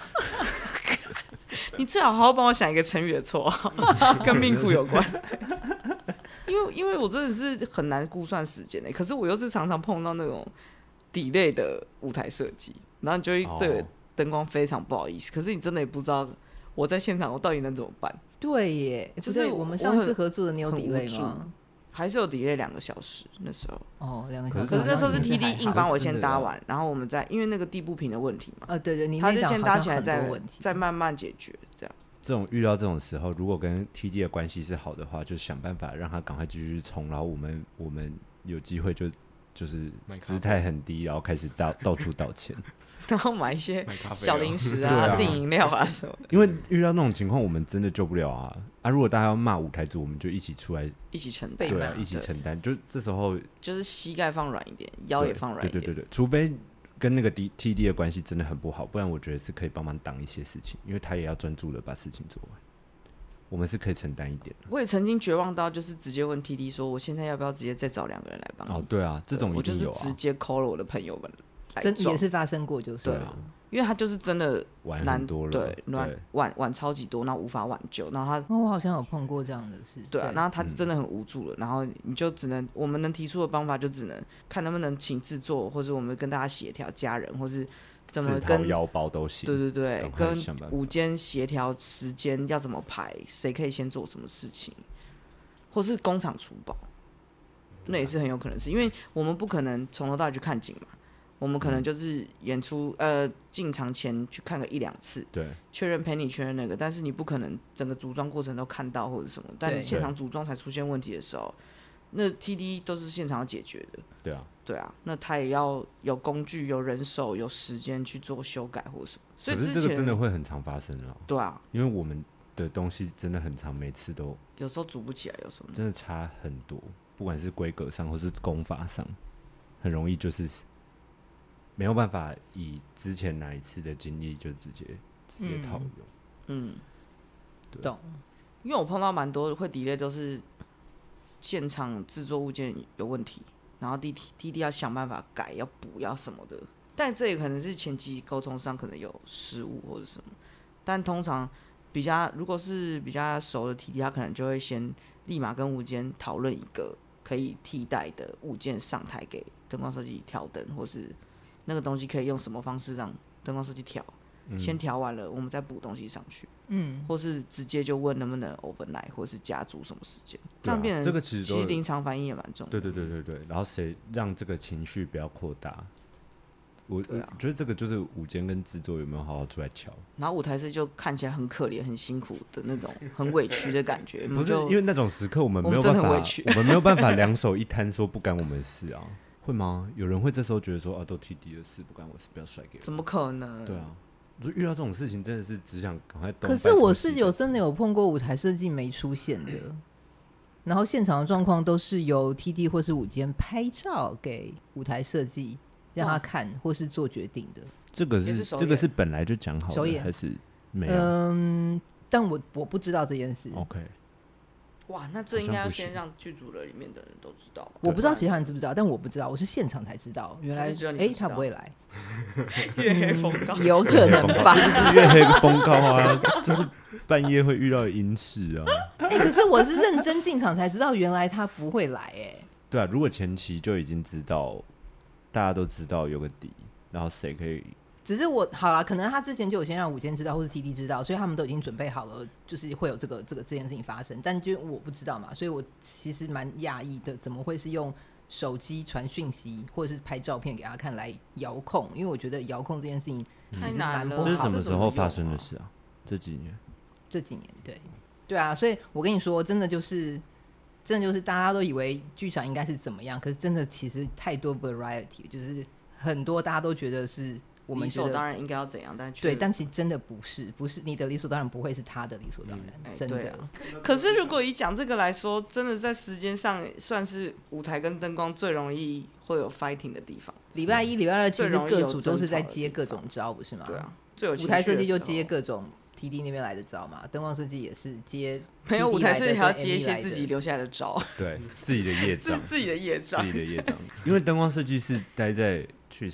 你最好好好帮我想一个成语的绰号，跟命苦有关。因为因为我真的是很难估算时间的、欸，可是我又是常常碰到那种 delay 的舞台设计，然后你就会对灯光非常不好意思。可是你真的也不知道我在现场我到底能怎么办。 对耶，就是我们上次合作的，你有 delay 吗？ 还是有 delay 两个小时那时候。 哦，两个小时。 可是那时候是 T D 硬帮我先搭完，然后我们再因为那个地布坪的问题嘛。 呃，对对，你他就先搭起来再， 再再慢慢解决这样。 这种遇到这种时候，如果跟 T D 的关系是好的话，就想办法让他赶快继续冲，然后我们我们有机会就就是姿态很低，然后开始到到处道歉， 然后买一些小零食啊、订饮料啊什么的。 因为遇到那种情况，我们真的救不了啊啊！如果大家要骂舞台组，我们就一起出来一起承担， 对啊，一起承担。就这时候就是膝盖放软一点，腰也放软一点。 对对对对，除非跟那个 T D 的关系真的很不好，不然我觉得是可以帮忙挡一些事情，因为他也要专注的把事情做完。我们是可以承担一点的。 我也曾经绝望到，就是直接问 T D 说，我现在要不要直接再找两个人来帮你？ 哦，对啊，这种一定有啊。 我就是直接 call 了我的朋友们来真也是发生过，就是对啊，因为他就是真的晚很多了， 对，晚晚晚超级多，然后无法挽救，然后他、 哦、我好像有碰过这样的事， 对啊，然后他真的很无助了，嗯、然后你就只能我们能提出的方法就只能看能不能请制作，或者我们跟大家协调家人，或是怎么跟腰包都行， 对对对，跟午间协调时间要怎么排，谁可以先做什么事情，或是工厂除保，那也是很有可能是因为我们不可能从头到尾去看景嘛。我们可能就是演出，呃，进场前去看个一两次， 对， 确认陪你确认那个，但是你不可能整个组装过程都看到或者什么，但你现场组装才出现问题的时候，那 T D 都是现场要解决的， 对啊， 对啊，那他也要有工具、有人手、有时间去做修改或什么，所以可是这个真的会很常发生啊， 对啊， 因为我们的东西真的很常，每次都有时候组不起来，有时候真的差很多，不管是规格上或是工法上，很容易就是。没有办法以之前哪一次的经历就直接直接套用， 嗯， 懂。 因为我碰到蛮多会 delay 都是现场制作物件有问题，然后 T D 要想办法改、要补、要什么的。但这也可能是前期沟通上可能有失误或者什么。但通常比较如果是比较熟的 T D， 他可能就会先立马跟物件讨论一个可以替代的物件上台给灯光设计调灯，或是。那个东西可以用什么方式让灯光设计调、嗯？先调完了，我们再补东西上去。嗯，或是直接就问能不能 overnight， 或是加租什么时间、啊，这样变成这个其实其实临场反应也蛮重要的。 对对对对对，然后谁让这个情绪不要扩大？我、啊、我觉得这个就是舞监跟制作有没有好好出来瞧。 然后舞台设计就看起来很可怜、很辛苦的那种，很委屈的感觉。 不是因为那种时刻我们没有办法，我 们, 我们没有办法两手一摊说不干我们的事啊。会吗？有人会这时候觉得说啊，都 T D 的事不关我事，不要甩给我。 怎么可能？ 对啊，就遇到这种事情，真的是只想赶快。 可是我是有真的有碰过舞台设计没出现的，然后现场的状况都是由 T D 或是舞监拍照给舞台设计让他看，或是做决定的。 这个是这个是本来就讲好的，还是没有？ 嗯，但我我不知道这件事。 OK。 哇，那这应该要先让剧组的里面的人都知道吧？ 我不知道其他人知不知道，但我不知道，我是现场才知道。原来，哎、欸，他不会来， 月黑风高， 有可能吧？ 就是月黑风高啊，就是半夜会遇到阴事啊。 哎、欸，可是我是认真进场才知道，原来他不会来、欸。哎， 对啊，如果前期就已经知道，大家都知道有个底，然后谁可以。 只是我好啦，可能他之前就有先让舞监知道，或是 T D 知道，所以他们都已经准备好了，就是会有这个这个这件事情发生。但就我不知道嘛，所以我其实蛮讶异的，怎么会是用手机传讯息或者是拍照片给他看来遥控？因为我觉得遥控这件事情其实蛮不好的。 这是什么时候发生的事啊？这几年？ 这几年，对对啊，所以我跟你说，真的就是真的就是大家都以为剧场应该是怎么样，可是真的其实太多 variety， 就是很多大家都觉得是。我们理所当然应该要怎样，但对，但其实真的不是，不是你的理所当然不会是他的理所当然，嗯欸、真的、啊。 可是如果以讲这个来说，真的在时间上算是舞台跟灯光最容易会有 fighting 的地方。 礼拜一、礼拜二其实各组都是在接各种招，不是吗？ 对啊，最有舞台设计就接各种 T D 那边来的招嘛，灯光设计也是接， 没有舞台设计还要接一些自己留下来的招， 对自己的业障， 自己的业障， 自己的业障。因为灯光设计是待在剧场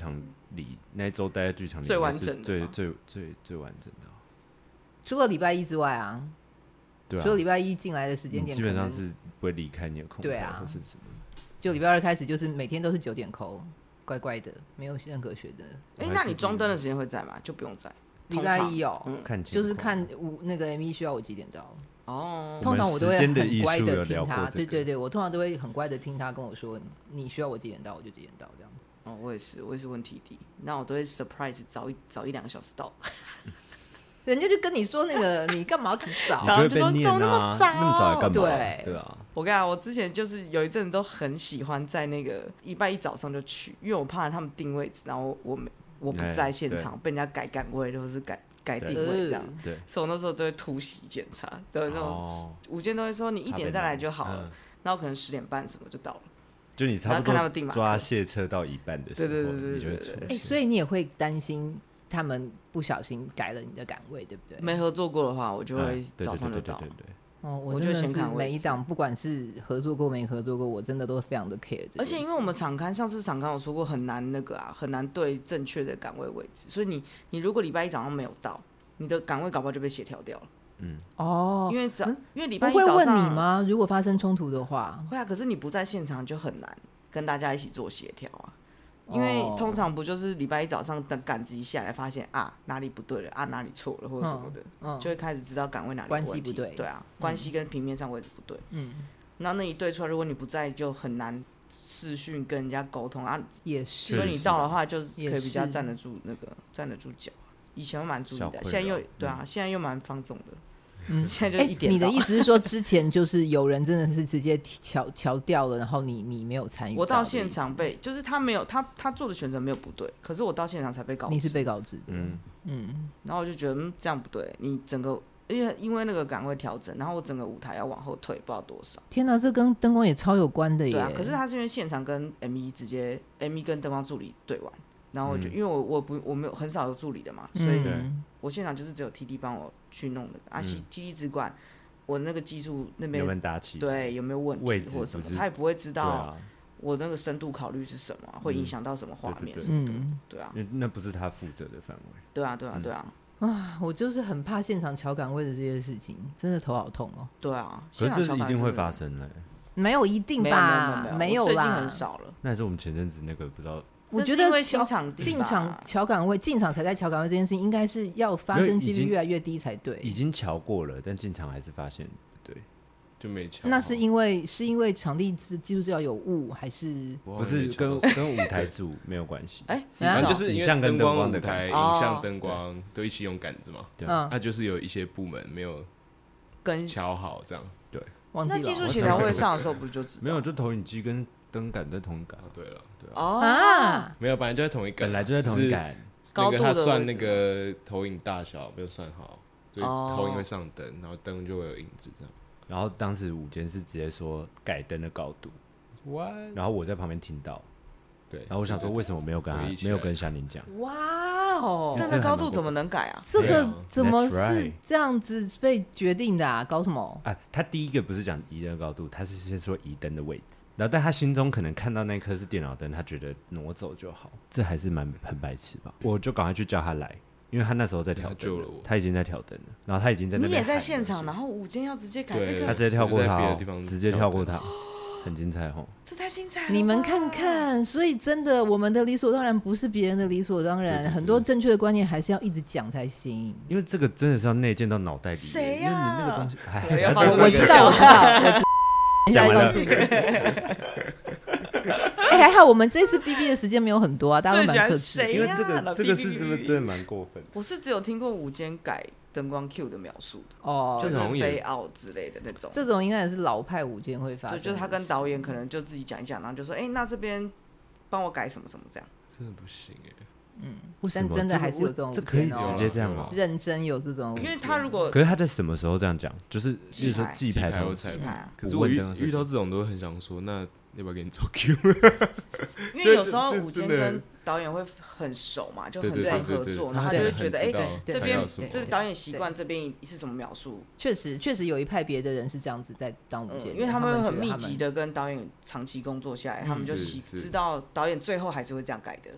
里那一周待在剧场里最完整的最最最最完整的。 除了礼拜一之外啊， 对啊， 除了礼拜一进来的时间点， 基本上是不会离开你的空对啊， 或是什么。 就礼拜二开始，就是每天都是九点扣，乖乖的，没有任何学的。 哎、欸，那你装灯的时间会在吗？就不用在。 礼拜一哦、 嗯， 看就是看我那个 M V 需要我几点到。 哦， 通常我都会很乖的听他， 这個、 对对对，我通常都会很乖的听他跟我说，你需要我几点到，我就几点到这样子。 哦，我也是，我也是问题低，那我都会 surprise 早一早一两个小时到。 人家就跟你说那个，你干嘛要提早？ 然后就说怎么那么早？ 那么早来干嘛？ 对对啊， 我跟你讲，我之前就是有一阵都很喜欢在那个礼拜一早上就去，因为我怕他们定位置，然后我没我不在现场，被人家改岗位或是改改定位这样。 对， 所以我那时候都会突袭检查，对那种午间都会说你一点再来就好了，嗯、然后可能十点半什么就到了。 就你差不多抓卸车到一半的时候， 对对对对你就会出现。 哎，所以你也会担心他们不小心改了你的岗位，对不对？ 没合作过的话，我就会早上就到。 对对对对。 哦，我真的是每一档，不管是合作过没合作过，我真的都非常的 care。 而且因为我们场刊，上次场刊我说过很难那个啊，很难对正确的岗位位置，所以你你如果礼拜一早上没有到，你的岗位搞不好就被协调掉了。 嗯，哦， 因为早、嗯、因为礼拜一早上不会问你吗？如果发生冲突的话， 会啊。可是你不在现场就很难跟大家一起做协调啊。因为通常不就是礼拜一早上等杆子一下来，发现啊哪里不对了啊哪里错了或者什么的，嗯嗯、就会开始知道岗位哪里有问题， 关系不对， 对啊，关系跟平面上位置不对，嗯，那那一对出来，如果你不在，就很难视讯跟人家沟通啊， 也是， 所以你到的话，就是可以比较站得住那个站得住脚。以前蛮注意的，现在又对啊，嗯、现在又蛮放纵的。嗯，现在就一点、欸。 你的意思是说，之前就是有人真的是直接调调掉了，然后你你没有参与？ 我到现场被，就是他没有他他做的选择没有不对，可是我到现场才被告知。 你是被告知的， 嗯嗯。然后我就觉得嗯这样不对，你整个因为因为那个岗位调整，然后我整个舞台要往后退，不知道多少。 天哪，这跟灯光也超有关的耶。 对啊，可是他是因为现场跟 M E 直接 M E 跟灯光助理对完。然后我就、嗯、因为我我不我没有很少有助理的嘛，所以我现场就是只有 T D 帮我去弄的，啊、嗯、T D 只管我那个技术那边有没有搭起， 对有没有问题或什么，他也不会知道我那个深度考虑是什么，啊、会影响到什么画面什么的，嗯、对啊， 那不是他负责的范围， 对啊对啊对啊。 嗯、啊，我就是很怕现场调岗位的这些事情，真的头好痛哦。 对啊， 可是这是一定会发生的， 没有一定吧？ 没有没有啦， 最近很少了。 那也是我们前阵子那个不知道。 我觉得因为新场地进场调岗位，进场才在调岗位这件事情，应该是要发生几率越来越低才对。 已经调过了，但进场还是发现不对， 就没调。 那是因为是因为场地技术治疗有误，还是不是跟跟舞台组没有关系？ 哎， 反正就是因为灯光、舞台、影像、灯光都一起用杆子嘛。 对， 那就是有一些部门没有跟调好，这样对。 那技术协调会上的时候不是就知道？ 没有，就投影机跟灯杆在同一杆。 对了，对哦啊， 没有，本来就在同一杆， 本来就在同一杆。 那个他算那个投影大小没有算好，所以投影会上灯，然后灯就会有影子这样。 然后当时午间是直接说改灯的高度，然后我在旁边听到， 对， 然后我想说为什么没有跟他没有跟夏宁讲？ 哇哦， 但是高度怎么能改啊？ 这个怎么是这样子被决定的啊？搞什么？ 啊，他第一个不是讲移灯的高度，他是先说移灯的位置。然后，但他心中可能看到那颗是电脑灯，他觉得挪走就好，这还是蛮很白痴吧？我就赶快去叫他来，因为他那时候在调灯，他已经在调灯了，然后他已经在那边。 你也在现场，然后午间要直接改这个， 他直接跳过他、哦，直接跳过他，很精彩哦！ 这太精彩了！ 你们看看，所以真的，我们的理所当然不是别人的理所当然， 对对对， 很多正确的观念还是要一直讲才行。 因为这个真的是要内建到脑袋里， 谁呀、 啊？因为你那个东西， 我我知道，我知道，我。 讲完了。 哎、欸，还好我们这次 B B 的时间没有很多啊，大家都蛮克制。 因为这个这个是真的真的蛮过分。 我是只有听过午间改灯光 Q 的描述的哦， 就是飞奥之类的那种。 这种应该也是老派午间会发生的。 对，就是他跟导演可能就自己讲一讲，然后就说：“哎、欸，那这边帮我改什么什么这样。” 真的不行哎、欸。 嗯，但真的还是有这种、喔， 这可以直接这样哦、喔， 认真有这种， 因为他如果， 可是他在什么时候这样讲？就是比如说记牌头彩排， 可是我遇遇到这种都很想说，那要不要给你做 Q？ 因为有时候午间跟导演会很熟嘛，就很常合作，然后他就会觉得，哎、欸，这边这导演习惯这边是什么描述？ 确实，确实有一派别的人是这样子在当午间、嗯， 因为他们很密集的跟导演长期工作下来，他们就知道导演最后还是会这样改的。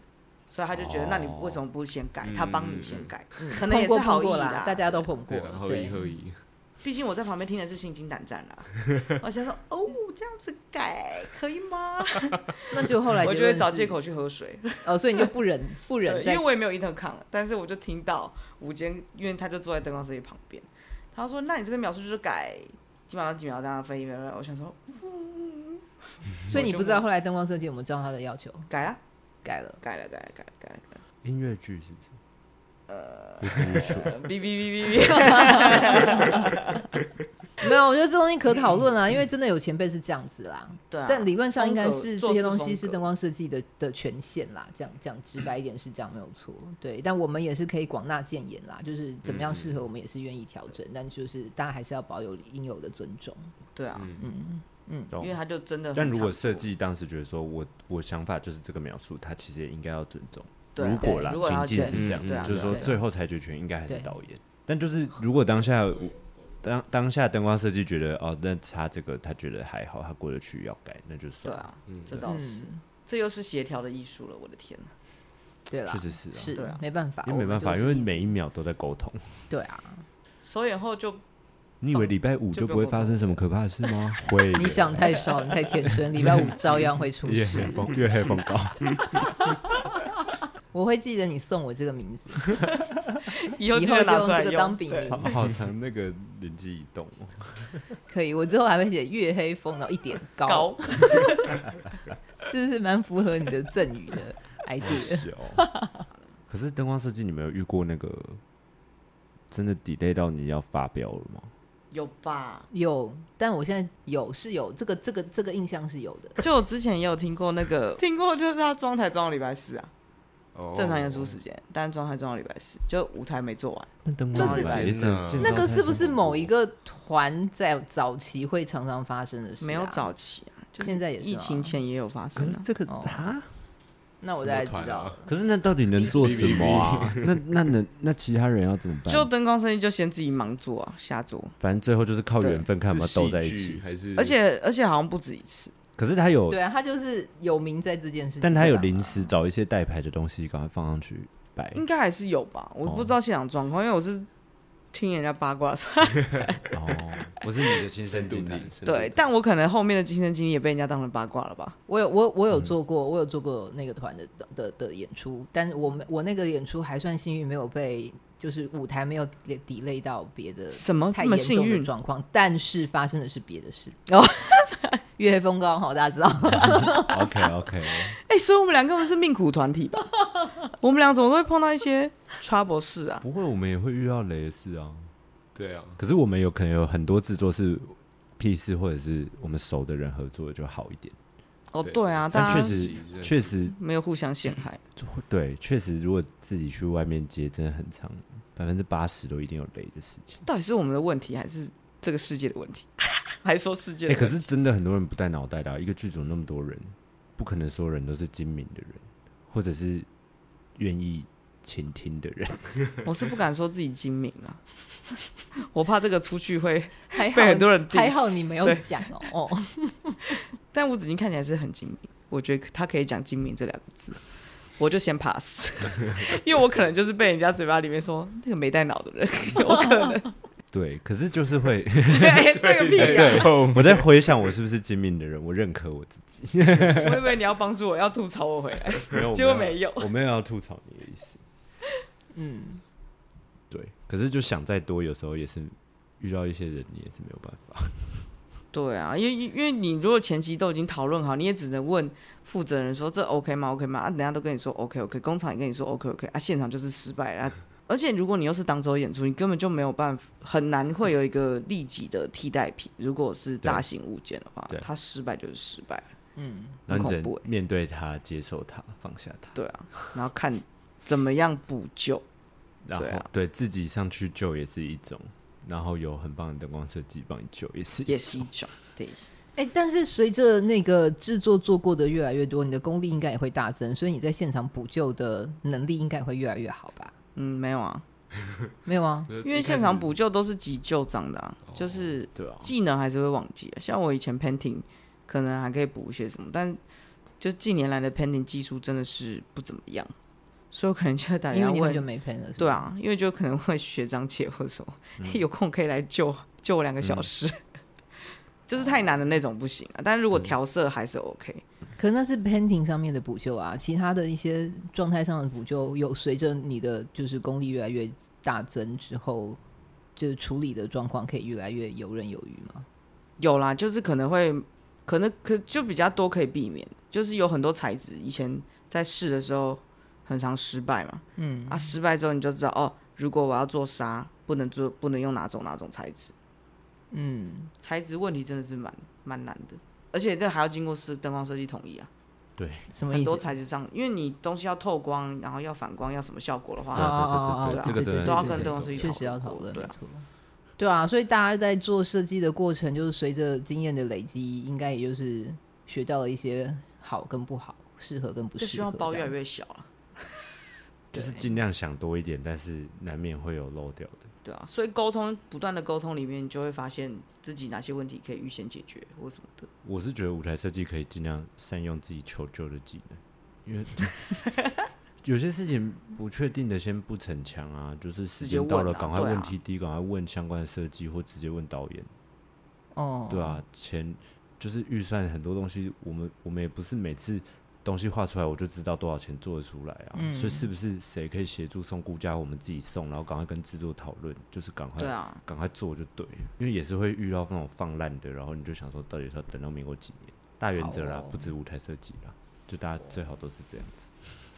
所以他就觉得，那你为什么不先改？ 嗯、 他帮你先改， 嗯、 可能也是好意啦，大家都碰过， 好意好意。 毕竟我在旁边听的是心惊胆战啦，我想说，哦，这样子改可以吗？ 那就后来我就会找借口去喝水。 哦，所以你就不忍不忍， 因为我也没有 intercom， 但是我就听到午间，因为他就坐在灯光设计旁边，他说：“那你这边描述就是改几秒到几秒这样飞一秒。”我想说，嗯、 所以你不知道后来灯光设计有没有照他的要求改了？ 改了， 改了，改了，改了，改了，改了。 音乐剧是不是？ 呃， 哔哔哔哔哔。 没有，我觉得这东西可讨论啊，因为真的有前辈是这样子啦。 对啊。 但理论上应该是这些东西是灯光设计的的权限啦，这样讲直白一点是这样没有错。对，但我们也是可以广纳谏言啦，就是怎么样适合我们也是愿意调整，嗯、但就是大家还是要保有应有的尊重。 对啊， 嗯嗯， 因为他就真的很。 但如果设计当时觉得说我我想法就是这个描述，他其实也应该要尊重。 对， 如果啦，情境是这样， 对啊， 就是说最后裁决权应该还是导演。但就是如果当下当当下灯光设计觉得哦，那他这个他觉得还好，他过得去要改，那就算了。 对啊，嗯、这倒是，嗯、这又是协调的艺术了，我的天哪！ 对啦， 确实是啊， 是对啊， 没办法， 因为没办法，因为每一秒都在沟通。 对啊， 首演后就。 你以为礼拜五就不会发生什么可怕的事吗？会。 你想太少，你太天真。礼拜五照样会出事。 月黑风高。 我会记得你送我这个名字， 以后就用这个当笔名。 好长，那个灵机一动哦。 可以，我之后还会写月黑风，然后一点高， 高是不是蛮符合你的赠语的 idea？ 可是灯光设计，你们有遇过那个真的 delay 到你要发表了吗？ 有吧？ 有，但我现在有是有这个这个这个印象是有的。 就我之前也有听过那个，听过就是他装台装到礼拜四啊， 哦、 正常演出时间，但是装台装到礼拜四，就舞台没做完。 那灯光礼拜四， 那个是不是某一个团在早期会常常发生的事、啊？ 没有早期啊，就是、 现在也是疫情前也有发生、啊。 可是这个啊。哦， 那我大概知道了、 啊。 可是那到底能做什么啊？那那能那其他人要怎么办？ 就灯光设计就先自己盲做啊，瞎做。 反正最后就是靠缘分，看有没有斗在一起。 还是而且而且好像不止一次。 可是他有对啊，他就是有名在这件事情、啊， 但他有临时找一些代牌的东西，赶快放上去摆。 应该还是有吧，我不知道现场状况，因为我是听人家八卦出来。 哦，不是你的亲身经历。 对，但我可能后面的亲身经历也被人家当成八卦了吧？ 我有我我有做过，嗯、我有做过那个团的的的演出，但是我我那个演出还算幸运，没有被就是舞台没有 delay 到别的什么这么幸运的状况，但是发生的是别的事。哦，月黑风高，好，大家知道。 OK OK。 哎、欸，所以我们俩根本是命苦团体吧？我们俩怎么都会碰到一些 trouble 事啊？ 不会，我们也会遇到雷的事啊。 对啊， 可是我们有可能有很多制作是屁事，或者是我们熟的人合作的就好一点。 哦，对啊， 但确实确实没有互相陷害。 对，确实如果自己去外面接，真的很长，百分之八十都一定有雷的事情。 到底是我们的问题，还是这个世界的问题？还说世界的问题？ 哎、欸，可是真的很多人不带脑袋的、啊，一个剧组那么多人，不可能所有人都是精明的人，或者是愿意倾听的人。 我是不敢说自己精明啊，我怕这个出去会被很多人 diss。 还好你没有讲哦。哦但吴子敬看起来是很精明，我觉得他可以讲精明这两个字，我就先 pass， 因为我可能就是被人家嘴巴里面说那个没带脑的人，有可能。 对，可是就是会， 对，这个屁呀！ 我在回想我是不是精明的人，我认可我自己。 我以为你要帮助我，要吐槽我回来， 没有， 结果没有， 我没有要吐槽你的意思。 嗯， 对，可是就想再多，有时候也是遇到一些人，你也是没有办法。 对啊，因为因为你如果前期都已经讨论好，你也只能问负责人说这 OK 吗 OK 吗？啊，人家都跟你说 OK OK， 工厂也跟你说 OK OK， 啊，现场就是失败了。啊、而且如果你又是当周演出，你根本就没有办法，很难会有一个立即的替代品。如果是大型物件的话，它失败就是失败了。 嗯， 很恐怖、欸。面对它，接受它，放下它。 对啊，然后看怎么样补救。 然后 对,、啊、对自己上去救也是一种。然后有很棒的灯光设计帮你救，也是也是一种对。 哎、欸，但是随着那个制作做过的越来越多，你的功力应该也会大增，所以你在现场补救的能力应该会越来越好吧？ 嗯，没有啊， 没有啊， 因为现场补救都是急救长的、啊，就是技能还是会忘记、啊。像我以前 painting 可能还可以补一些什么，但就近年来的 painting 技术真的是不怎么样。 所以我可能就会打电话问， 因为你很久没喷了是不是， 对啊，因为就可能会学长姐或什么， 嗯欸有空可以来救救我两个小时，嗯、就是太难的那种不行啊。但是如果调色还是 OK， 可是那是 painting 上面的补救啊，其他的一些状态上的补救，有随着你的就是功力越来越大增之后，就是处理的状况可以越来越游刃有余吗？ 有啦，就是可能会，可能可就比较多可以避免，就是有很多材质以前在试的时候很常失败嘛，嗯，啊，失败之后你就知道哦，如果我要做纱，不能做，不能用哪种哪种材质，嗯，材质问题真的是蛮蛮难的，而且这还要经过是灯光设计同意啊。 对， 什么意思？ 很多材质上，因为你东西要透光，然后要反光，要什么效果的话， 对对对对，这个真的都要跟灯光设计确实要讨论， 对啊， 对啊，所以大家在做设计的过程，就是随着经验的累积，应该也就是学到了一些好跟不好，适合跟不适合， 就希望包越来越小了， 就是尽量想多一点，但是难免会有漏掉的。 对啊，所以沟通不断的沟通里面，你就会发现自己哪些问题可以预先解决或什么的。 我是觉得舞台设计可以尽量善用自己求救的技能，因为有些事情不确定的先不逞强啊，就是时间到了赶快问 T D， 赶快问相关的设计或直接问导演。哦，对啊，钱就是预算很多东西，我们我们也不是每次东西画出来我就知道多少钱做得出来啊，嗯、所以是不是谁可以协助送估价，我们自己送，然后赶快跟制作讨论，就是赶快赶、啊、快做就对了，因为也是会遇到那种放烂的，然后你就想说到底是要等到民国几年？大原则啦，哦、不止舞台设计啦，就大家最好都是这样子。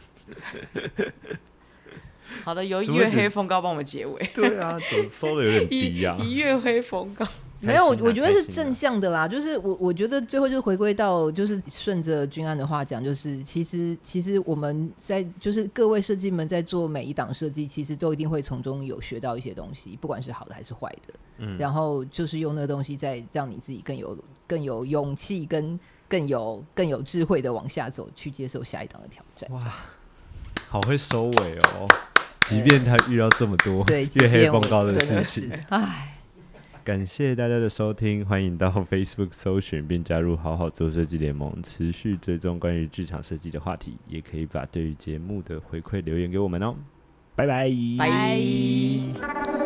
好的，由月黑风高帮我们结尾。 对啊，怎收的有点低啊？ 以月黑风高， 没有，我觉得是正向的啦。就是我，我觉得最后就回归到，就是顺着君安的话讲，就是其实其实我们在就是各位设计们在做每一档设计，其实都一定会从中有学到一些东西，不管是好的还是坏的。嗯，然后就是用那个东西，再让你自己更有更有勇气，跟更有更有智慧的往下走，去接受下一档的挑战。 哇，好会收尾哦！即便他遇到这么多月黑风高的事情，唉，感谢大家的收听，欢迎到 Facebook 搜寻并加入好好做设计联盟，持续追踪关于剧场设计的话题，也可以把对于节目的回馈留言给我们哦，拜拜， 拜。